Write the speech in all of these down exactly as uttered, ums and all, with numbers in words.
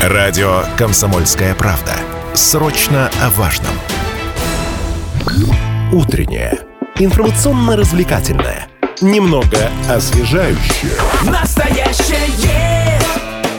Радио «Комсомольская правда». Срочно о важном. Утреннее. Информационно-развлекательное. Немного освежающее. Настоящее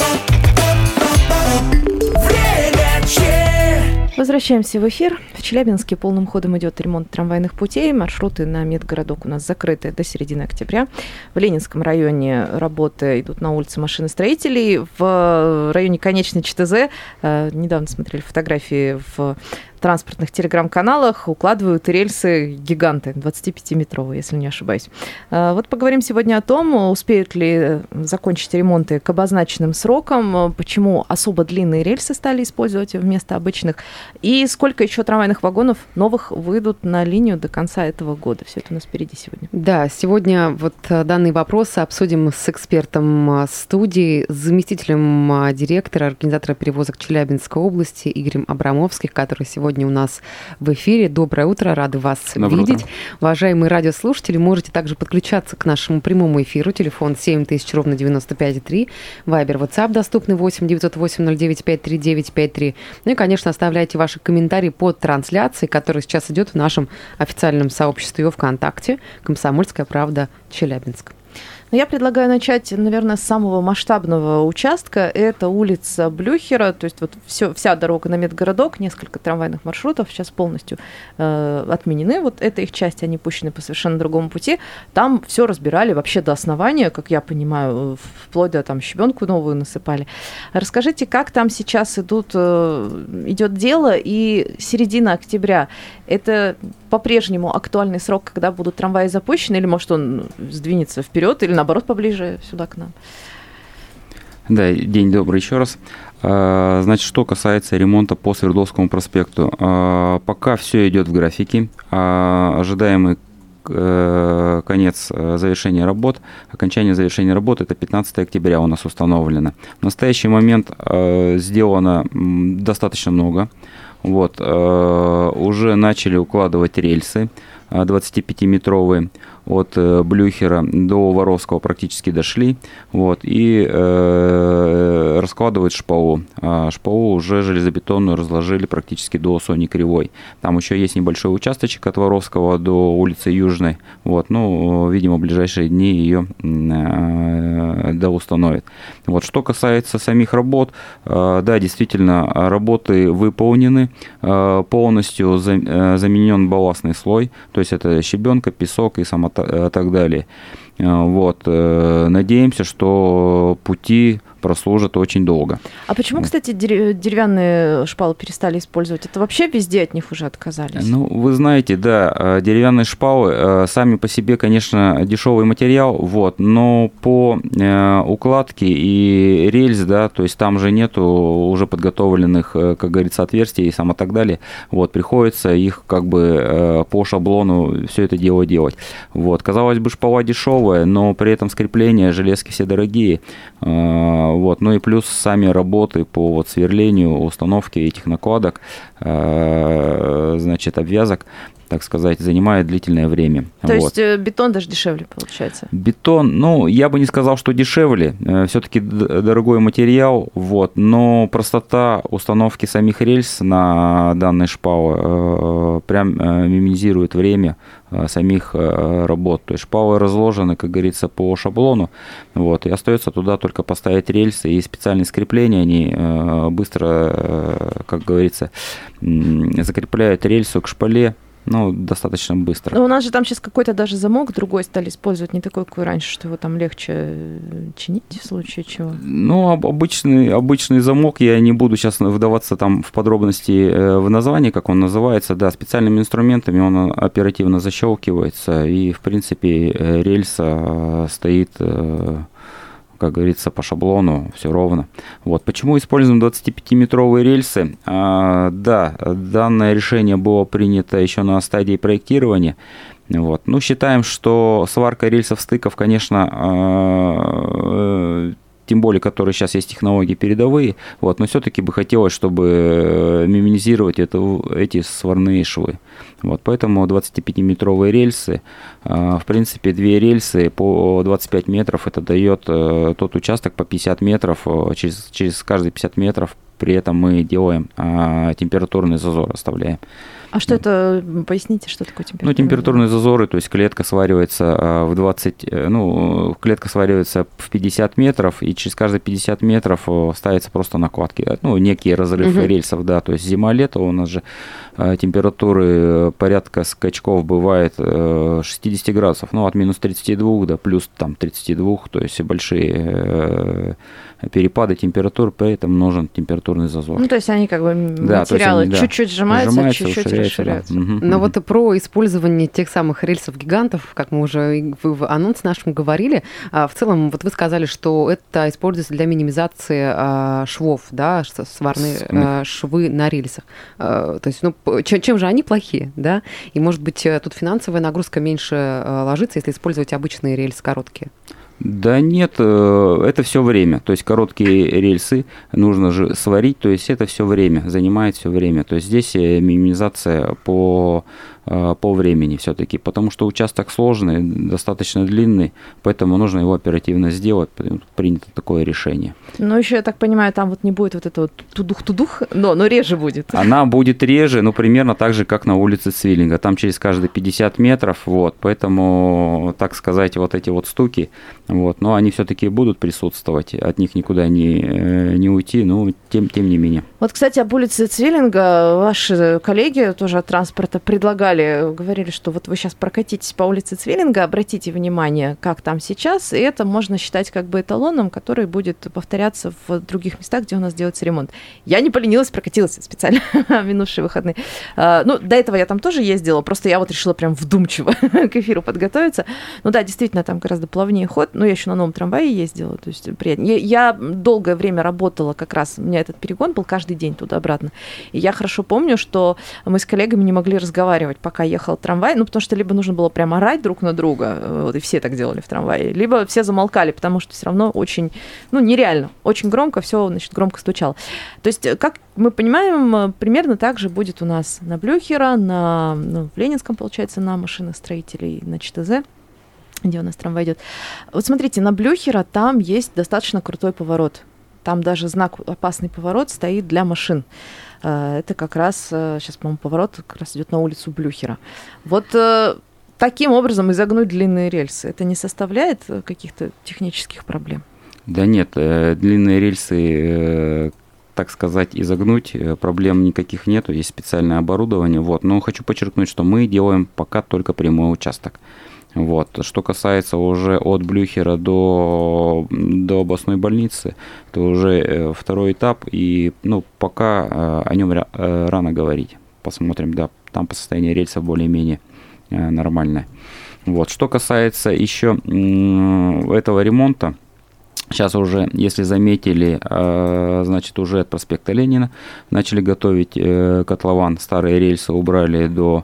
время че. Возвращаемся в эфир. В Челябинске полным ходом идет ремонт трамвайных путей. Маршруты на медгородок у нас закрыты до середины октября. В Ленинском районе работы идут на улице машиностроителей. В районе Конечной ЧТЗ, недавно смотрели фотографии в транспортных телеграм-каналах, укладывают рельсы гиганты, двадцатипятиметровые, если не ошибаюсь. Вот поговорим сегодня о том, успеют ли закончить ремонты к обозначенным срокам, почему особо длинные рельсы стали использовать вместо обычных, и сколько еще трамвайных вагонов новых выйдут на линию до конца этого года. Все это у нас впереди сегодня. Да, сегодня вот данные вопросы обсудим с экспертом студии, с заместителем директора, организатора перевозок Челябинской области Игорем Абрамовским, который сегодня Сегодня у нас в эфире. Доброе утро, рады вас Доброе видеть. утро. Уважаемые радиослушатели, можете также подключаться к нашему прямому эфиру. Телефон семь тысяч ровно девяносто пять три. Вайбер, WhatsApp доступны восемь девятьсот восемь ноль девять пять три девять пять три. Ну и, конечно, оставляйте ваши комментарии под трансляцией, которая сейчас идет в нашем официальном сообществе ВКонтакте «Комсомольская правда. Челябинск». Но я предлагаю начать, наверное, с самого масштабного участка. Это улица Блюхера, то есть вот все, вся дорога на медгородок, несколько трамвайных маршрутов сейчас полностью э, отменены. Вот эта их часть, они пущены по совершенно другому пути. Там все разбирали вообще до основания, как я понимаю, вплоть до там щебенку новую насыпали. Расскажите, как там сейчас идут, э, идет дело, и середина октября. Это по-прежнему актуальный срок, когда будут трамваи запущены, или, может, он сдвинется вперед, или, наоборот, поближе сюда к нам? Да, день добрый еще раз. Значит, что касается ремонта по Свердловскому проспекту. Пока все идет в графике. Ожидаемый конец завершения работ, окончание завершения работ, это пятнадцатое октября у нас установлено. В настоящий момент сделано достаточно много. Вот, уже начали укладывать рельсы двадцатипятиметровые от Блюхера до Воровского практически дошли, вот, и э, раскладывают ШПО. А ШПО уже железобетонную разложили практически до Сони Кривой. Там еще есть небольшой участочек от Воровского до улицы Южной, вот, ну, видимо, в ближайшие дни ее э, доустановят. Вот, что касается самих работ, э, да, действительно, работы выполнены, э, полностью за, э, заменен балластный слой, то есть это щебенка, песок и само так далее. Вот. Надеемся, что пути прослужат очень долго. А почему, кстати, деревянные шпалы перестали использовать? Это вообще везде от них уже отказались? Ну, вы знаете, да, деревянные шпалы сами по себе, конечно, дешевый материал, вот, но по укладке и рельс, да, то есть там же нету уже подготовленных, как говорится, отверстий и само так далее, вот, приходится их как бы по шаблону все это дело делать. Вот, казалось бы, шпала дешевая, но при этом скрепления, железки все дорогие. Вот. Ну и плюс сами работы по вот сверлению, установке этих накладок, значит, обвязок, так сказать, занимает длительное время. То вот. есть бетон даже дешевле получается? Бетон, ну, я бы не сказал, что дешевле, все-таки дорогой материал, вот, но простота установки самих рельс на данные шпалы прям минимизирует время самих работ. То есть шпалы разложены, как говорится, по шаблону, вот, и остается туда только поставить рельсы и специальные скрепления, они быстро, как говорится, закрепляют рельсу к шпале, ну, достаточно быстро. Но у нас же там сейчас какой-то даже замок другой стали использовать, не такой, как раньше, что его там легче чинить в случае чего. Ну, обычный, обычный замок, я не буду сейчас вдаваться там в подробности в названии, как он называется, да, специальными инструментами он оперативно защелкивается, и, в принципе, рельса стоит, как говорится, по шаблону, все ровно. Вот. Почему используем двадцатипятиметровые рельсы? А, да, данное решение было принято еще на стадии проектирования. Вот. Ну, считаем, что сварка рельсов стыков, конечно, тем более, которые сейчас есть технологии передовые, вот, но все-таки бы хотелось, чтобы минимизировать это, эти сварные швы. Вот, поэтому двадцатипятиметровые рельсы, в принципе, две рельсы по двадцать пять метров, это дает тот участок по пятьдесят метров, через, через каждые пятьдесят метров, при этом мы делаем температурный зазор, оставляем. А что это, поясните, что такое температурный? Ну, температурные зазоры, то есть клетка сваривается в двадцать, ну, клетка сваривается в пятьдесят метров, и через каждые пятьдесят метров ставятся просто накладки, ну, некие разрывы угу. рельсов, да, то есть зима-лето у нас же температуры порядка скачков бывает шестьдесят градусов, ну, от минус тридцати двух до плюс там тридцати двух, то есть большие перепады температур, поэтому нужен температурный зазор. Ну, то есть они как бы да, материалы они, да, чуть-чуть сжимаются, чуть-чуть расширяются. Да. Угу, Но угу. вот и про использование тех самых рельсов-гигантов, как мы уже в анонсе нашем говорили, в целом, вот вы сказали, что это используется для минимизации швов, да, сварные швы на рельсах. То есть, ну, чем, чем же они плохие, да? И, может быть, тут финансовая нагрузка меньше ложится, если использовать обычные рельсы короткие? Да нет, это все время. То есть короткие рельсы нужно же сварить, то есть это все время, занимает все время. То есть здесь минимизация по, по времени все-таки, потому что участок сложный, достаточно длинный, поэтому нужно его оперативно сделать, принято такое решение. Ну, еще, я так понимаю, там вот не будет вот этого тудух-тудух, но, но реже будет. Она будет реже, ну, примерно так же, как на улице Цвиллинга. Там через каждые пятьдесят метров, вот, поэтому, так сказать, вот эти вот стуки, вот, но они все-таки будут присутствовать, от них никуда не, не уйти, но тем, тем не менее. Вот, кстати, об улице Цвиллинга ваши коллеги тоже от транспорта предлагали, говорили, что вот вы сейчас прокатитесь по улице Цвиллинга, обратите внимание, как там сейчас, и это можно считать как бы эталоном, который будет повторяться в других местах, где у нас делается ремонт. Я не поленилась, прокатилась специально в минувшие выходные. Ну, до этого я там тоже ездила, просто я вот решила прям вдумчиво к эфиру подготовиться. Ну да, действительно, там гораздо плавнее ход, но я еще на новом трамвае ездила, то есть приятнее. Я долгое время работала как раз, у меня этот перегон был каждый день туда-обратно. И я хорошо помню, что мы с коллегами не могли разговаривать, пока ехал трамвай, ну, потому что либо нужно было прям орать друг на друга, вот, и все так делали в трамвае, либо все замолкали, потому что все равно очень, ну, нереально, очень громко, все, значит, громко стучало. То есть, как мы понимаем, примерно так же будет у нас на Блюхера, на, ну, в Ленинском, получается, на машиностроителей, на ЧТЗ, где у нас трамвай идет. Вот смотрите, на Блюхера там есть достаточно крутой поворот. Там даже знак «Опасный поворот» стоит для машин. Это как раз, сейчас, по-моему, поворот как раз идет на улицу Блюхера. Вот таким образом изогнуть длинные рельсы, это не составляет каких-то технических проблем? Да нет, длинные рельсы, так сказать, изогнуть, проблем никаких нету, есть специальное оборудование. Вот. Но хочу подчеркнуть, что мы делаем пока только прямой участок. Вот. Что касается уже от Блюхера до, до областной больницы, то уже второй этап, и ну, пока о нем рано говорить. Посмотрим, да, там по состоянию рельсов более-менее нормальное. Вот. Что касается еще этого ремонта, сейчас уже, если заметили, значит, уже от проспекта Ленина начали готовить котлован, старые рельсы убрали до,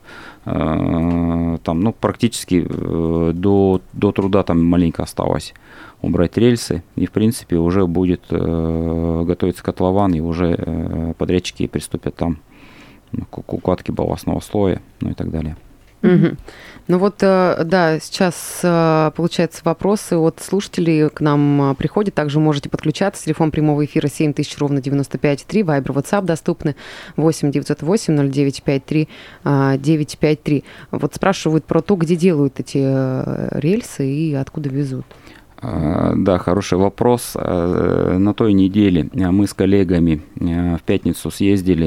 там, ну, практически до, до труда там маленько осталось убрать рельсы, и, в принципе, уже будет готовиться котлован, и уже подрядчики приступят там к укладке балластного слоя, ну и так далее. Угу. Ну вот, да, сейчас, получается, вопросы от слушателей к нам приходят. Также можете подключаться. Телефон прямого эфира семь тысяч ровно девяносто пять три. Вайбер, WhatsApp доступны восемь девятьсот восемь ноль девять пять три девять пять три. Вот спрашивают про то, где делают эти рельсы и откуда везут. Да, хороший вопрос. На той неделе мы с коллегами в пятницу съездили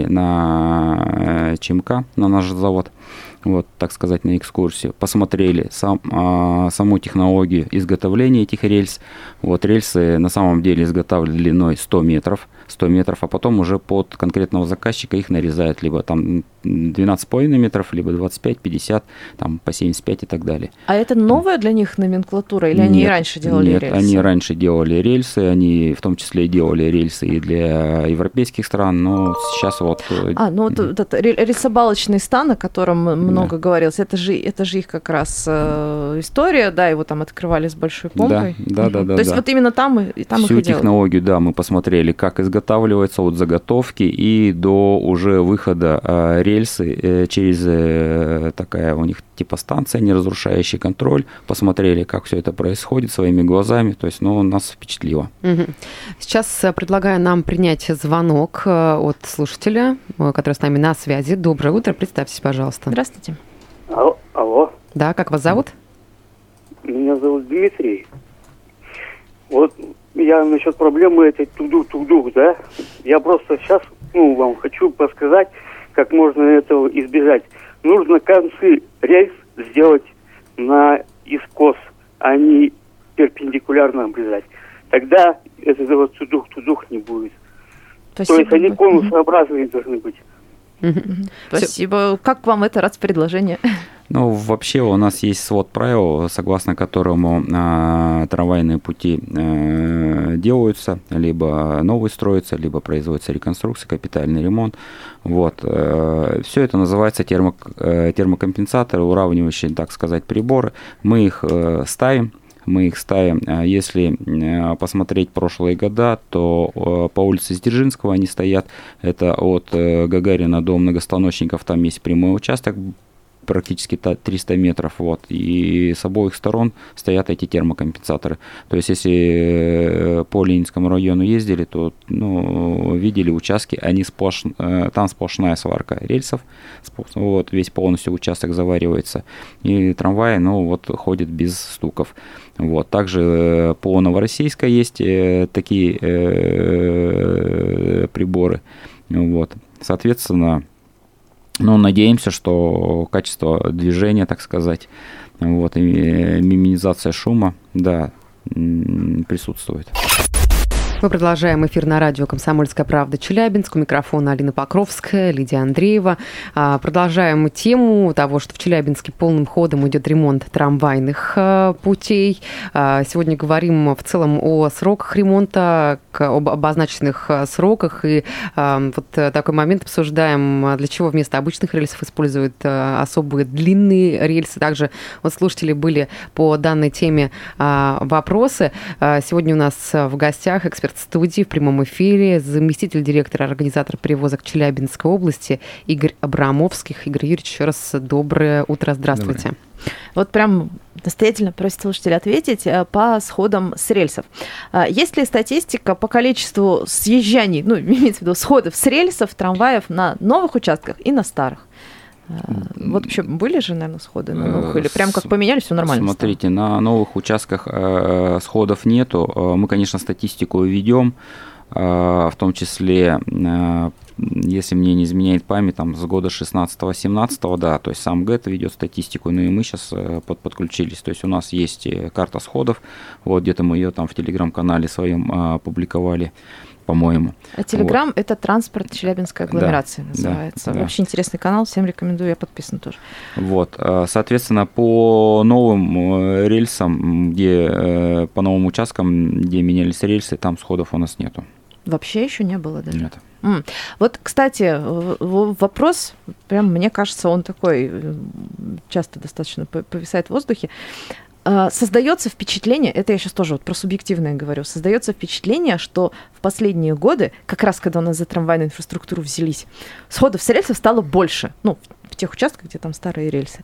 на ЧМК, на наш завод, вот, так сказать, на экскурсию, посмотрели сам, саму технологию изготовления этих рельс. Вот, рельсы на самом деле изготавливают длиной сто метров, сто метров, а потом уже под конкретного заказчика их нарезают либо там двенадцать с половиной метров, либо двадцать пять, пятьдесят, там по семьдесят пять и так далее. А это новая для них номенклатура, или они нет, и раньше делали нет, рельсы? Они раньше делали рельсы, они в том числе делали рельсы и для европейских стран, но сейчас вот... А, ну вот этот рельсобалочный стан, о котором много Да. говорилось, это же, это же их как раз э, история, да, его там открывали с большой помпой. Да, да, да, да, То есть да. вот именно там и, и там Всю их и делают. технологию, да, мы посмотрели, как изготавливается от заготовки и до уже выхода э, рельсы э, через э, такая у них типа станция, неразрушающий контроль. Посмотрели, как все это происходит своими глазами. То есть, ну, нас впечатлило. Мгм. Сейчас э, предлагаю нам принять звонок э, от слушателя, э, который с нами на связи. Доброе утро, представьтесь, пожалуйста. Здравствуйте. Алло, алло, Да, как вас зовут? меня зовут Дмитрий. Вот я насчет проблемы этой тудук-тудук, да? Я просто сейчас, ну, вам хочу подсказать, как можно этого избежать. Нужно концы рельс сделать на искос, а не перпендикулярно обрезать. Тогда этого вот тудук-тудук не будет. Спасибо. То есть они Мгм. конусообразные должны быть. Мгм. Спасибо. Как вам это раз предложение? Ну, вообще у нас есть свод правил, согласно которому э, трамвайные пути э, делаются, либо новые строятся, либо производится реконструкция, капитальный ремонт. Вот. Э, все это называется термо, э, термокомпенсаторы, уравнивающие, так сказать, приборы. Мы их э, ставим. Мы их ставим, если посмотреть прошлые года, то по улице Дзержинского они стоят, это от Гагарина до многостаночников, там есть прямой участок, практически триста метров, вот, и с обоих сторон стоят эти термокомпенсаторы. То есть, если по Ленинскому району ездили, то, ну, видели участки, они сплош... там сплошная сварка рельсов, вот, весь полностью участок заваривается, и трамваи, ну, вот, ходят без стуков. Вот. Также по Новороссийской есть такие приборы, вот, соответственно, ну, надеемся, что качество движения, так сказать, вот, и минимизация шума, да, присутствует. Мы продолжаем эфир на радио «Комсомольская правда» Челябинск. У микрофона Алина Покровская, Лидия Андреева. Продолжаем тему того, что в Челябинске полным ходом идет ремонт трамвайных путей. Сегодня говорим в целом о сроках ремонта, об обозначенных сроках. И вот такой момент обсуждаем, для чего вместо обычных рельсов используют особые длинные рельсы. Также вот слушатели были по данной теме вопросы. Сегодня у нас в гостях эксперт студии в прямом эфире, заместитель директора, организатор перевозок Челябинской области Игорь Абрамовских. Игорь Юрьевич, еще раз доброе утро, здравствуйте. Доброе. Вот прям настоятельно просит слушателей ответить по сходам с рельсов. Есть ли статистика по количеству съезжаний, ну, имеется в виду сходов с рельсов, трамваев на новых участках и на старых? Вот вообще были же, наверное, сходы на новых? Или прям как поменяли, все нормально? Смотрите, стало? На новых участках э, сходов нету. Мы, конечно, статистику ведем, э, в том числе, э, если мне не изменяет память, там с года шестнадцатого-семнадцатого, да, то есть сам ГЭТ ведет статистику, ну и мы сейчас э, под, подключились. То есть у нас есть карта сходов, вот где-то мы ее там в телеграм-канале своем э, опубликовали, по-моему. А Телеграм вот. Это транспорт Челябинской агломерации, да, называется. Да, Очень да. интересный канал, всем рекомендую, я подписан тоже. Вот, соответственно, по новым рельсам, где по новым участкам, где менялись рельсы, там сходов у нас нету. Вообще еще не было даже? Нет. Mm. Вот, кстати, вопрос, прям мне кажется, он такой часто достаточно повисает в воздухе. Создается впечатление, это я сейчас тоже вот про субъективное говорю, создается впечатление, что в последние годы, как раз когда у нас за трамвайную инфраструктуру взялись, сходов с рельсов стало больше, ну, в тех участках, где там старые рельсы,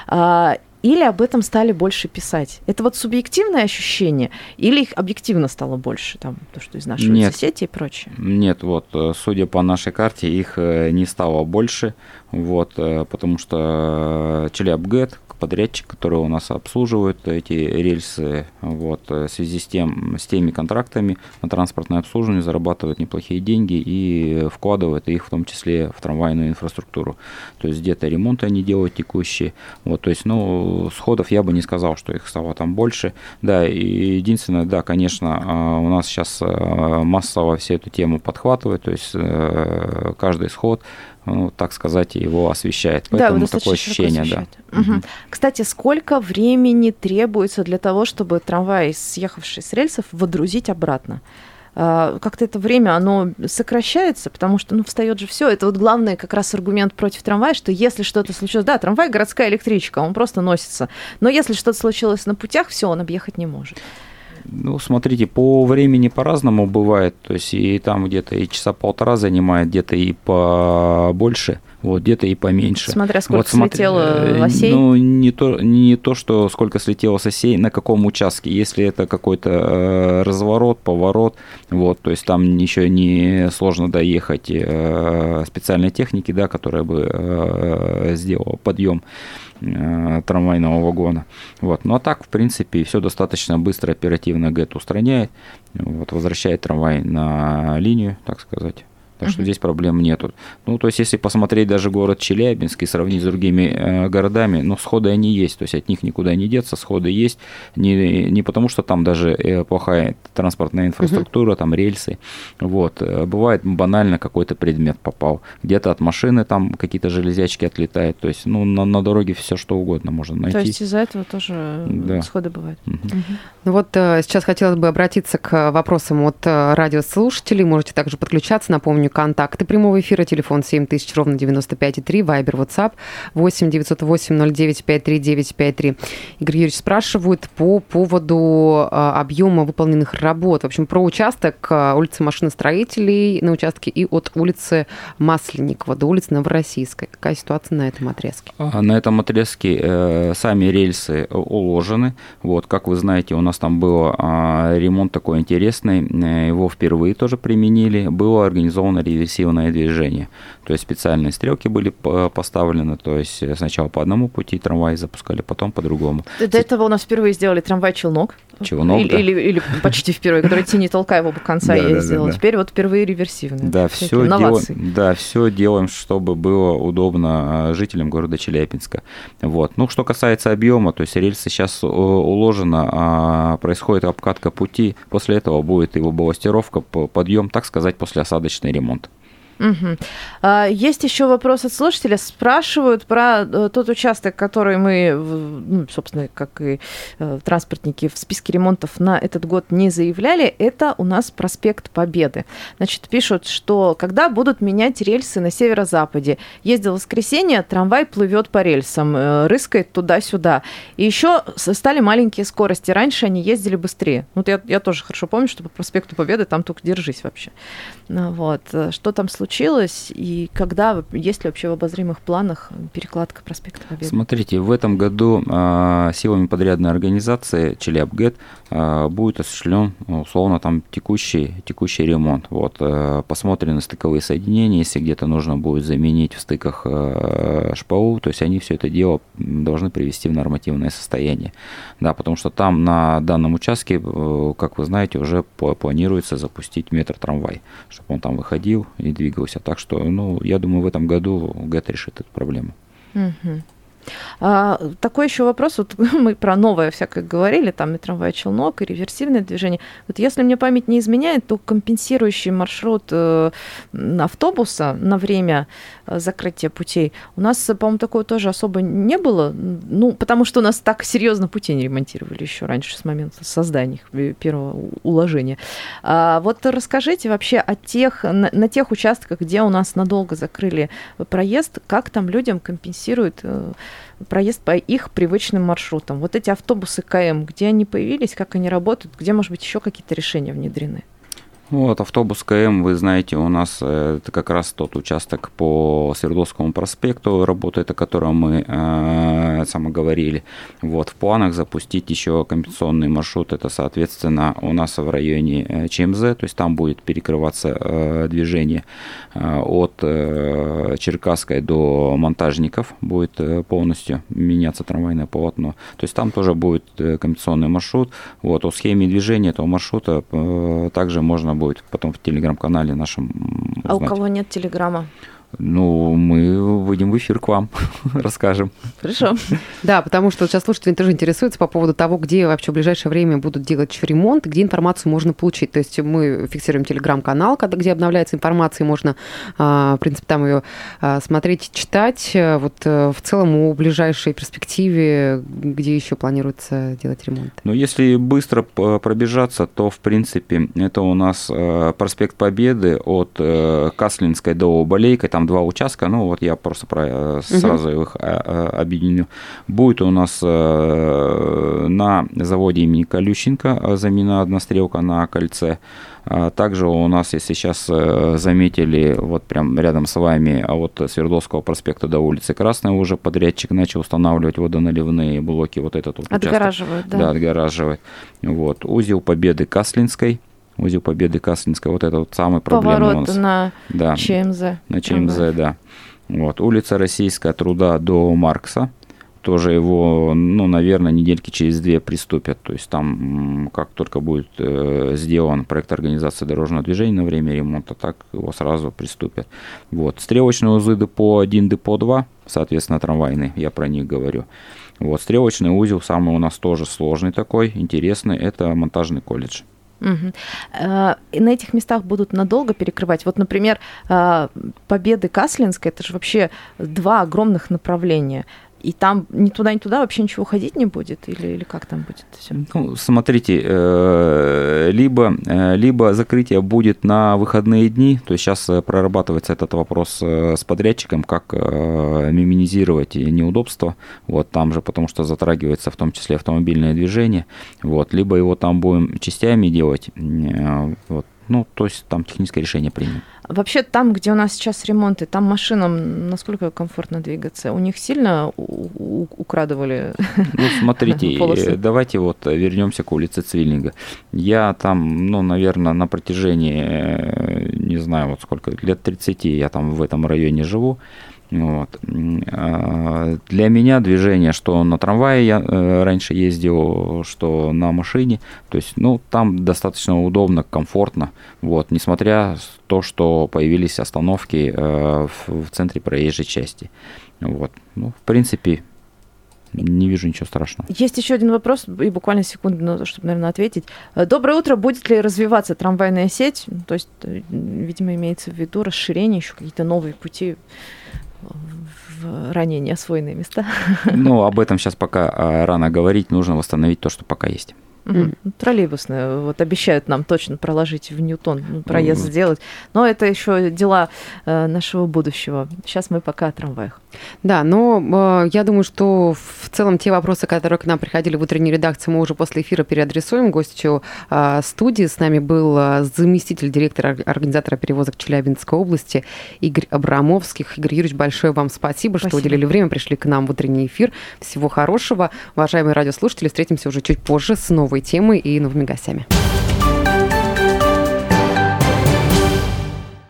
или об этом стали больше писать. Это вот субъективное ощущение, или их объективно стало больше, там, то, что из нашей Нет. сети и прочее? Нет, вот, судя по нашей карте, их не стало больше, вот, потому что Челябгэт, подрядчик, который у нас обслуживает эти рельсы, вот, в связи с тем, с теми контрактами на транспортное обслуживание зарабатывают неплохие деньги и вкладывают их в том числе в трамвайную инфраструктуру. То есть где-то ремонты они делают текущие. Вот, то есть, ну, сходов я бы не сказал, что их стало там больше. Да, и единственное, да, конечно, у нас сейчас массово всю эту тему подхватывает, то есть каждый сход, ну, так сказать, его освещает. Поэтому да, такое ощущение, да. Угу. Угу. Кстати, сколько времени требуется для того, чтобы трамвай, съехавший с рельсов, водрузить обратно? как-то это время, оно сокращается, потому что, ну, встает же все. Это вот главный как раз аргумент против трамвая, что если что-то случилось... Да, трамвай — городская электричка, он просто носится. Но если что-то случилось на путях, все, он объехать не может. Ну, смотрите, по времени по-разному бывает. То есть и там где-то и часа полтора занимает, где-то и побольше, вот, где-то и поменьше. Смотря сколько вот, смотри, слетело осей. Ну, не то, не то, что сколько слетело с осей, на каком участке. Если это какой-то э, разворот, поворот, вот, то есть там еще не сложно доехать э, специальной техники, да, которая бы э, сделала подъем э, трамвайного вагона. Вот. Ну а так, в принципе, все достаточно быстро, оперативно ГЭТ устраняет, вот, возвращает трамвай на линию, так сказать. Так что uh-huh. здесь проблем нету. Ну, то есть, если посмотреть даже город Челябинск и сравнить с другими э, городами, ну, сходы они есть, то есть от них никуда не деться, сходы есть, не, не потому что там даже э, плохая транспортная инфраструктура, uh-huh. там рельсы, вот, бывает банально какой-то предмет попал, где-то от машины там какие-то железячки отлетают, то есть, ну, на, на дороге все что угодно можно найти. То есть, из-за этого тоже да. сходы бывают. Uh-huh. Uh-huh. Ну, вот э, сейчас хотелось бы обратиться к вопросам от э, радиослушателей, можете также подключаться, напомню, контакты прямого эфира, телефон семь тысяч ровно девяносто пять и три, Вайбер, WhatsApp восемь девятьсот восемь ноль девять пять три девять пять три. Игорь Юрьевич спрашивает по поводу а, объема выполненных работ. В общем, про участок а, улицы Машиностроителей на участке и от улицы Масленникова до улицы Новороссийской. Какая ситуация на этом отрезке? На этом отрезке э, сами рельсы уложены. Вот, как вы знаете, у нас там был э, ремонт такой интересный. Его впервые тоже применили. Было организовано реверсивное движение. То есть специальные стрелки были поставлены, то есть сначала по одному пути трамвай запускали, потом по другому. До этого у нас впервые сделали трамвай-челнок. Челнок, или, да. или, или почти впервые, который тяни толкай его по конца ездил. Теперь вот впервые реверсивный. Да, все делаем, да, все делаем, чтобы было удобно жителям города Челябинска. Вот. Ну, что касается объема, то есть рельсы сейчас уложено, происходит обкатка пути, после этого будет его балластировка, подъем, так сказать, послеосадочный ремонт. Угу. Есть еще вопрос от слушателя. Спрашивают про тот участок, который мы, ну, собственно, как и транспортники в списке ремонтов на этот год не заявляли. Это у нас проспект Победы. Значит, пишут, что когда будут менять рельсы на северо-западе, ездил в воскресенье, трамвай плывет по рельсам, рыскает туда-сюда. И еще стали маленькие скорости. Раньше они ездили быстрее. Вот я, я тоже хорошо помню, что по проспекту Победы там только держись вообще. Вот. Что там случилось? Случилось, и когда, есть ли вообще в обозримых планах перекладка проспекта Победы? Смотрите, в этом году э, силами подрядной организации Челябгэт э, будет осуществлен, условно, там текущий, текущий ремонт. Вот, э, посмотрены стыковые соединения, если где-то нужно будет заменить в стыках э, ШПУ, то есть они все это дело должны привести в нормативное состояние. Да, потому что там на данном участке, э, как вы знаете, уже планируется запустить метро-трамвай, чтобы он там выходил и двигался. Так что, ну, я думаю, в этом году ГЭТ решит эту проблему. Угу. А, такой еще вопрос. Вот мы про новое всякое говорили, там и трамвай-челнок, и реверсивное движение. Вот если мне память не изменяет, то компенсирующий маршрут э, автобуса на время э, закрытия путей у нас, по-моему, такого тоже особо не было. Ну, потому что у нас так серьезно пути не ремонтировали еще раньше, с момента создания их, первого уложения. А вот расскажите вообще о тех, на, на тех участках, где у нас надолго закрыли проезд, как там людям компенсируют э, проезд по их привычным маршрутам. Вот эти автобусы КМ, где они появились, как они работают, где, может быть, еще какие-то решения внедрены? Вот, автобус КМ, вы знаете, у нас это как раз тот участок по Свердловскому проспекту работает, о котором мы э, сами говорили. Вот, в планах запустить еще компенсационный маршрут, это, соответственно, у нас в районе ЧМЗ, то есть там будет перекрываться э, движение э, от э, Черкасской до Монтажников, будет э, полностью меняться трамвайное полотно. То есть там тоже будет э, компенсационный маршрут. Вот, о схеме движения этого маршрута э, также можно будет потом в телеграм-канале нашем узнать. А у кого нет телеграма? Ну, мы выйдем в эфир к вам, расскажем. Хорошо. Да, потому что сейчас слушатели тоже интересуются по поводу того, где вообще в ближайшее время будут делать ремонт, где информацию можно получить. То есть мы фиксируем телеграм-канал, где обновляется информация, и можно, в принципе, там ее смотреть, читать. Вот в целом о ближайшей перспективе, где еще планируется делать ремонт. Ну, если быстро пробежаться, то, в принципе, это у нас проспект Победы от Каслинской до Балейка, там два участка, ну вот я просто про, сразу угу. их объединю. Будет у нас на заводе имени Колющенко замена однострелка на кольце. Также у нас, если сейчас заметили, вот прям рядом с вами, а вот Свердловского проспекта до улицы Красной уже подрядчик начал устанавливать водоналивные блоки, вот этот вот отгораживает, участок. да? Да, отгораживает. Вот. Узел Победы Каслинской. Узел Победы Каслинской, вот это вот самый проблемный поворот у нас. на да. ЧМЗ. На ЧМЗ, ага. да. Вот. Улица Российская Труда до Маркса. Тоже его, ну, наверное, недельки через две приступят. То есть там, как только будет э, сделан проект организации дорожного движения на время ремонта, так его сразу приступят. Вот. Стрелочные узлы депо один, депо два, соответственно, трамвайные, я про них говорю. Вот. Стрелочный узел, самый у нас тоже сложный такой, интересный, это монтажный колледж. Угу. И на этих местах будут надолго перекрывать. Вот, например, Победы Каслинской, это же вообще два огромных направления. И там ни туда, ни туда вообще ничего ходить не будет? Или, или как там будет все? Ну, смотрите, либо, либо закрытие будет на выходные дни, то есть сейчас прорабатывается этот вопрос с подрядчиком, как минимизировать неудобства, вот там же, потому что затрагивается в том числе автомобильное движение, вот, либо его там будем частями делать, вот. Ну, то есть там техническое решение примем. Вообще там, где у нас сейчас ремонты, там машинам насколько комфортно двигаться? У них сильно украдывали Ну, смотрите, полосы? Давайте вот вернемся к улице Цвиллинга. Я там, ну, наверное, на протяжении, не знаю, вот сколько, лет тридцати я там в этом районе живу. Вот. Для меня движение, что на трамвае я раньше ездил, что на машине, то есть, ну, там достаточно удобно, комфортно, вот, несмотря на то, что появились остановки в центре проезжей части. Вот. Ну, в принципе, не вижу ничего страшного. Есть еще один вопрос, и буквально секунду, чтобы, наверное, ответить. Доброе утро. Будет ли развиваться трамвайная сеть? То есть, видимо, имеется в виду расширение, еще какие-то новые пути в ранее неосвоенные места. Ну, об этом сейчас пока рано говорить, нужно восстановить то, что пока есть. Угу. Троллейбусные вот обещают нам точно проложить в Ньютон, ну, проезд mm. сделать, но это еще дела э, нашего будущего. Сейчас мы пока о трамваях. Да, но э, я думаю, что в целом те вопросы, которые к нам приходили в утреннюю редакцию, мы уже после эфира переадресуем. Гостью э, студии с нами был э, заместитель директора организатора перевозок Челябинской области Игорь Абрамовских. Игорь Юрьевич, большое вам спасибо, спасибо, что уделили время, пришли к нам в утренний эфир. Всего хорошего. Уважаемые радиослушатели, встретимся уже чуть позже с новой темой и новыми гостями.